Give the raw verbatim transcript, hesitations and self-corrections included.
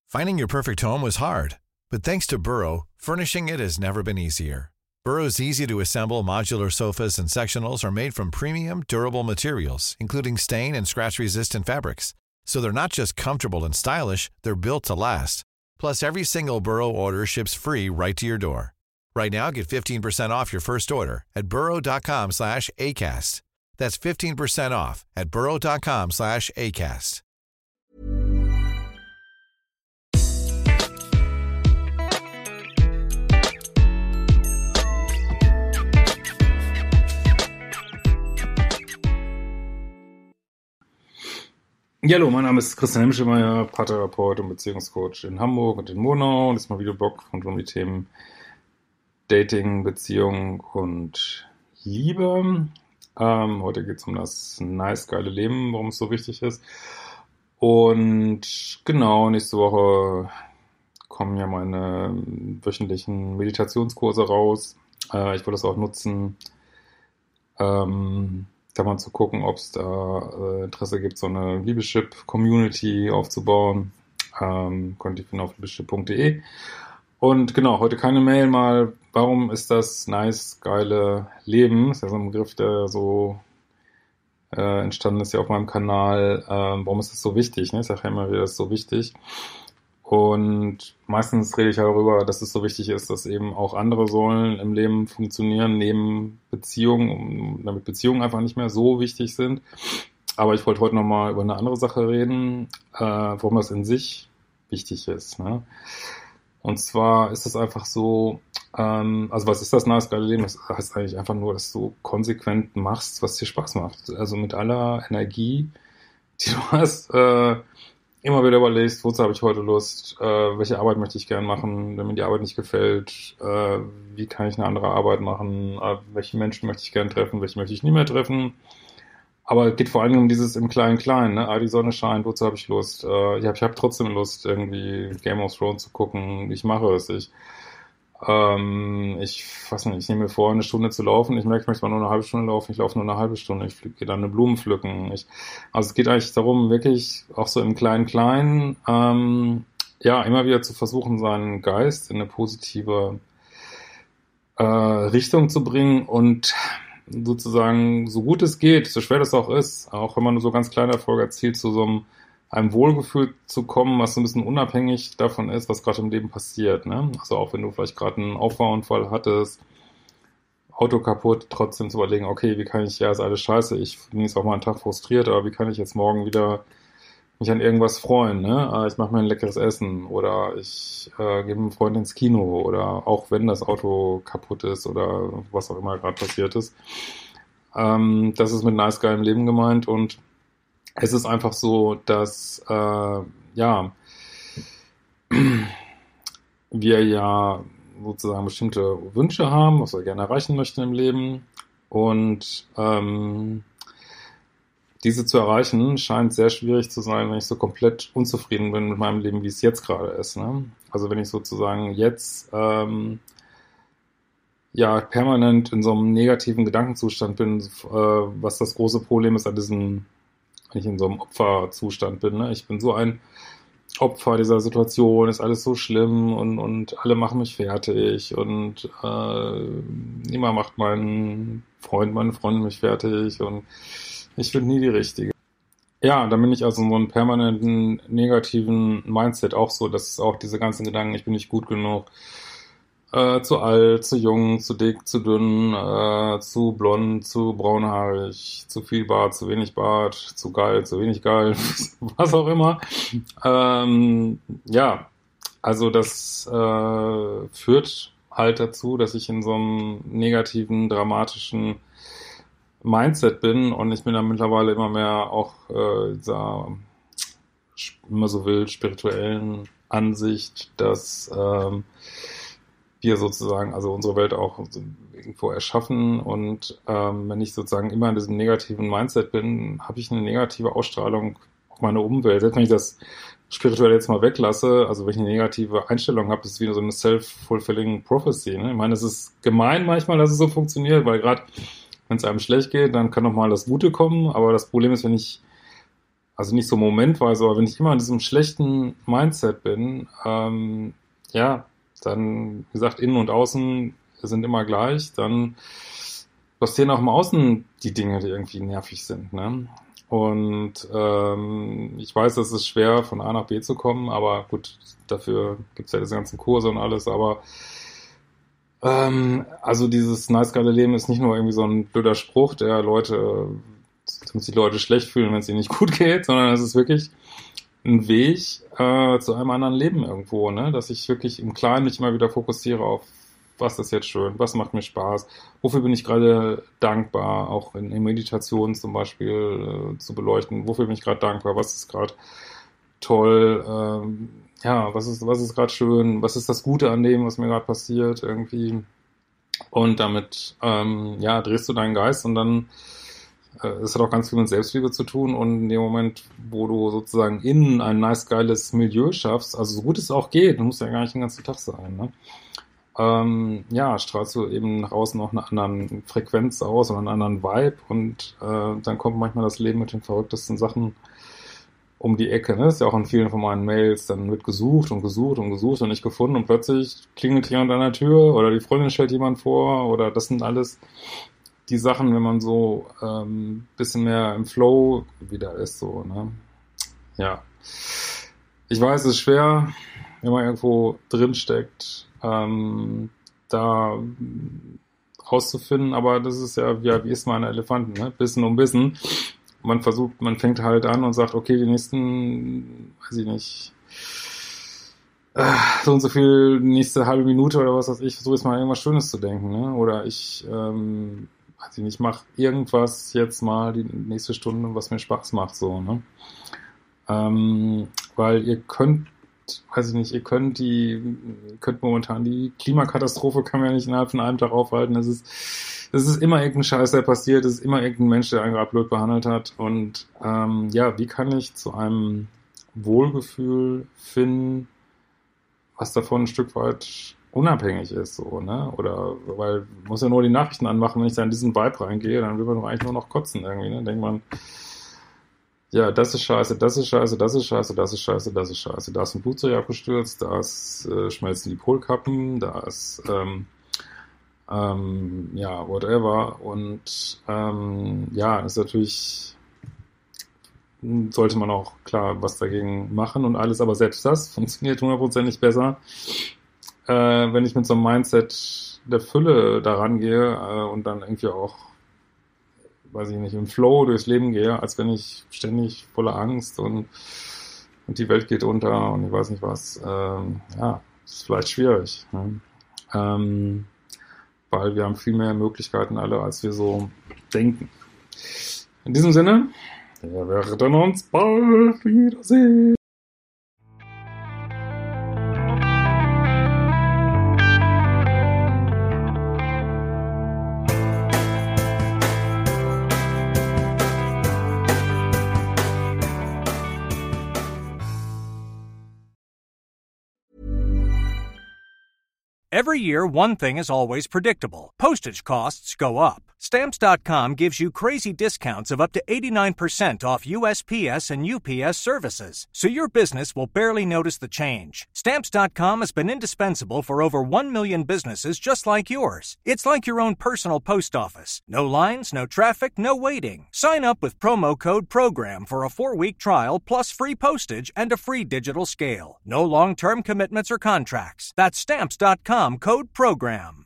Finding your perfect home was hard, but thanks to Burrow, furnishing it has never been easier. Burrow's easy-to-assemble modular sofas and sectionals are made from premium, durable materials, including stain and scratch-resistant fabrics. So they're not just comfortable and stylish, they're built to last. Plus, every single Burrow order ships free right to your door. Right now, get fifteen percent off your first order at burrow.com slash ACAST. That's fifteen percent off at burrow.com slash ACAST. Ja, hallo, mein Name ist Christian Hemschemeyer, Paartherapeut und Beziehungscoach in Hamburg und in Monau. Das ist mal Videoblog rund um die Themen Dating, Beziehung und Liebe. Ähm, heute geht es um das nice, geile Leben, warum es so wichtig ist. Und genau, nächste Woche kommen ja meine wöchentlichen Meditationskurse raus. Äh, ich will das auch nutzen, ähm, da mal zu gucken, ob es da äh, Interesse gibt, so eine Liebeschip-Community aufzubauen. Ähm, könnt ihr finden auf liebeschip punkt de. Und genau, heute keine Mail mal, warum ist das nice, geile Leben? Das ist ja so ein Begriff, der so äh, entstanden ist ja auf meinem Kanal. Ähm, warum ist das so wichtig? Ne? Ich sage ja immer wieder, das ist so wichtig. Und meistens rede ich darüber, dass es so wichtig ist, dass eben auch andere Säulen im Leben funktionieren, neben Beziehungen, damit Beziehungen einfach nicht mehr so wichtig sind. Aber ich wollte heute nochmal über eine andere Sache reden, äh, warum das in sich wichtig ist. Ne? Und zwar ist es einfach so, ähm, also was ist das nice, geile Leben? Das heißt eigentlich einfach nur, dass du konsequent machst, was dir Spaß macht. Also mit aller Energie, die du hast, äh, immer wieder überlegst, wozu habe ich heute Lust, äh, welche Arbeit möchte ich gern machen, wenn mir die Arbeit nicht gefällt, äh, wie kann ich eine andere Arbeit machen, äh, welche Menschen möchte ich gern treffen, welche möchte ich nie mehr treffen. Aber es geht vor allem um dieses im Kleinen-Kleinen, ne? Ah, die Sonne scheint, wozu habe ich Lust? Äh, ich habe ich hab trotzdem Lust, irgendwie Game of Thrones zu gucken, ich mache es, ich Ähm, ich weiß nicht, ich nehme mir vor, eine Stunde zu laufen. Ich merke, ich möchte mal nur eine halbe Stunde laufen. Ich laufe nur eine halbe Stunde. Ich gehe dann eine Blume pflücken. Ich, also es geht eigentlich darum, wirklich auch so im Kleinen-Kleinen, ähm, ja, immer wieder zu versuchen, seinen Geist in eine positive äh, Richtung zu bringen und sozusagen, so gut es geht, so schwer das auch ist, auch wenn man nur so ganz kleine Erfolge erzielt, zu so einem einem Wohlgefühl zu kommen, was so ein bisschen unabhängig davon ist, was gerade im Leben passiert. Ne? Also auch wenn du vielleicht gerade einen Auffahrunfall hattest, Auto kaputt, trotzdem zu überlegen, okay, wie kann ich, ja, ist alles scheiße, ich bin jetzt auch mal einen Tag frustriert, aber wie kann ich jetzt morgen wieder mich an irgendwas freuen? Ne? Ich mache mir ein leckeres Essen oder ich äh, gehe mit einem Freund ins Kino oder auch wenn das Auto kaputt ist oder was auch immer gerade passiert ist. Ähm, das ist mit nice, geilem Leben gemeint und es ist einfach so, dass äh, ja wir ja sozusagen bestimmte Wünsche haben, was wir gerne erreichen möchten im Leben und ähm, diese zu erreichen scheint sehr schwierig zu sein, wenn ich so komplett unzufrieden bin mit meinem Leben, wie es jetzt gerade ist. Ne? Also wenn ich sozusagen jetzt ähm, ja permanent in so einem negativen Gedankenzustand bin, äh, was das große Problem ist an diesem, wenn ich in so einem Opferzustand bin. Ne? Ich bin so ein Opfer dieser Situation, ist alles so schlimm und, und alle machen mich fertig und äh, niemand macht meinen Freund, meine Freundin mich fertig und ich bin nie die Richtige. Ja, dann bin ich also in so einem permanenten negativen Mindset auch so, dass auch diese ganzen Gedanken, ich bin nicht gut genug, Äh, zu alt, zu jung, zu dick, zu dünn, äh, zu blond, zu braunhaarig, zu viel Bart, zu wenig Bart, zu geil, zu wenig geil, was auch immer. Ähm, ja, also das äh, führt halt dazu, dass ich in so einem negativen, dramatischen Mindset bin und ich bin dann mittlerweile immer mehr auch äh, dieser, immer so wild spirituellen Ansicht, dass ähm, wir sozusagen, also unsere Welt auch irgendwo erschaffen und ähm, wenn ich sozusagen immer in diesem negativen Mindset bin, habe ich eine negative Ausstrahlung auf meine Umwelt. Selbst wenn ich das spirituell jetzt mal weglasse, also wenn ich eine negative Einstellung habe, ist es wie so eine self-fulfilling prophecy. Ne? Ich meine, es ist gemein manchmal, dass es so funktioniert, weil gerade wenn es einem schlecht geht, dann kann auch mal das Gute kommen, aber das Problem ist, wenn ich also nicht so momentweise, aber wenn ich immer in diesem schlechten Mindset bin, ähm, ja, dann, wie gesagt, innen und außen sind immer gleich, dann passieren auch im Außen die Dinge, die irgendwie nervig sind, ne? Und ähm, ich weiß, es ist schwer, von A nach B zu kommen, aber gut, dafür gibt's ja diese ganzen Kurse und alles, aber ähm, also dieses nice geile Leben ist nicht nur irgendwie so ein blöder Spruch, der Leute, damit sich Leute schlecht fühlen, wenn es ihnen nicht gut geht, sondern es ist wirklich ein Weg äh, zu einem anderen Leben irgendwo, ne? Dass ich wirklich im Kleinen mich immer wieder fokussiere auf, was ist jetzt schön, was macht mir Spaß, wofür bin ich gerade dankbar, auch in, in Meditation zum Beispiel äh, zu beleuchten, wofür bin ich gerade dankbar, was ist gerade toll, ähm, ja, was ist, was ist gerade schön, was ist das Gute an dem, was mir gerade passiert irgendwie, und damit, ähm, ja, drehst du deinen Geist und dann, äh, es hat auch ganz viel mit Selbstliebe zu tun, und in dem Moment, wo du sozusagen innen ein nice, geiles Milieu schaffst, also so gut es auch geht, du musst ja gar nicht den ganzen Tag sein, ne? Ähm, ja, strahlst du eben nach außen auch eine andere Frequenz aus oder einen anderen Vibe, und äh, dann kommt manchmal das Leben mit den verrücktesten Sachen um die Ecke, ne? Das ist ja auch in vielen von meinen Mails, dann wird gesucht und gesucht und gesucht und nicht gefunden, und plötzlich klingelt jemand an der Tür oder die Freundin stellt jemand vor, oder das sind alles die Sachen, wenn man so ähm, bisschen mehr im Flow wieder ist, so, ne? Ja. Ich weiß, es ist schwer, wenn man irgendwo drin steckt, ähm, da rauszufinden, aber das ist ja, ja wie ist man ein Elefanten, ne? Bissen um Bissen. Man versucht, man fängt halt an und sagt, okay, die nächsten, weiß ich nicht, äh, so und so viel, nächste halbe Minute oder was weiß ich, versuche jetzt mal irgendwas Schönes zu denken, ne? Oder ich, ähm, weiß ich nicht, mache irgendwas jetzt mal die nächste Stunde, was mir Spaß macht, so, ne? Ähm, weil ihr könnt, weiß ich nicht, ihr könnt die, ihr könnt momentan die Klimakatastrophe, kann man ja nicht innerhalb von einem Tag aufhalten. Es ist, es ist immer irgendein Scheiß, der passiert, es ist immer irgendein Mensch, der einen gerade blöd behandelt hat. Und ähm, ja, wie kann ich zu einem Wohlgefühl finden, was davon ein Stück weit unabhängig ist, so, ne? Oder, weil, man muss ja nur die Nachrichten anmachen, wenn ich da in diesen Vibe reingehe, dann will man doch eigentlich nur noch kotzen irgendwie, ne? Denkt man, ja, das ist scheiße, das ist scheiße, das ist scheiße, das ist scheiße, das ist scheiße. Da ist ein Flugzeug abgestürzt, da ist, äh, schmelzen die Polkappen, da ist, ähm, ähm, ja, whatever. Und ähm, ja, ist natürlich, sollte man auch klar was dagegen machen und alles, aber selbst das funktioniert hundertprozentig besser, äh, wenn ich mit so einem Mindset der Fülle daran gehe äh, und dann irgendwie auch, weiß ich nicht, im Flow durchs Leben gehe, als wenn ich ständig voller Angst und, und die Welt geht unter und ich weiß nicht was. Ähm, ja, ist vielleicht schwierig. Ne? Ähm, weil wir haben viel mehr Möglichkeiten alle, als wir so denken. In diesem Sinne, wir werden uns bald wiedersehen. Every year, one thing is always predictable. Postage costs go up. Stamps dot com gives you crazy discounts of up to eighty-nine percent off U S P S and U P S services, so your business will barely notice the change. Stamps dot com has been indispensable for over one million businesses just like yours. It's like your own personal post office. No lines, no traffic, no waiting. Sign up with promo code PROGRAM for a four-week trial plus free postage and a free digital scale. No long-term commitments or contracts. That's Stamps dot com, code PROGRAM.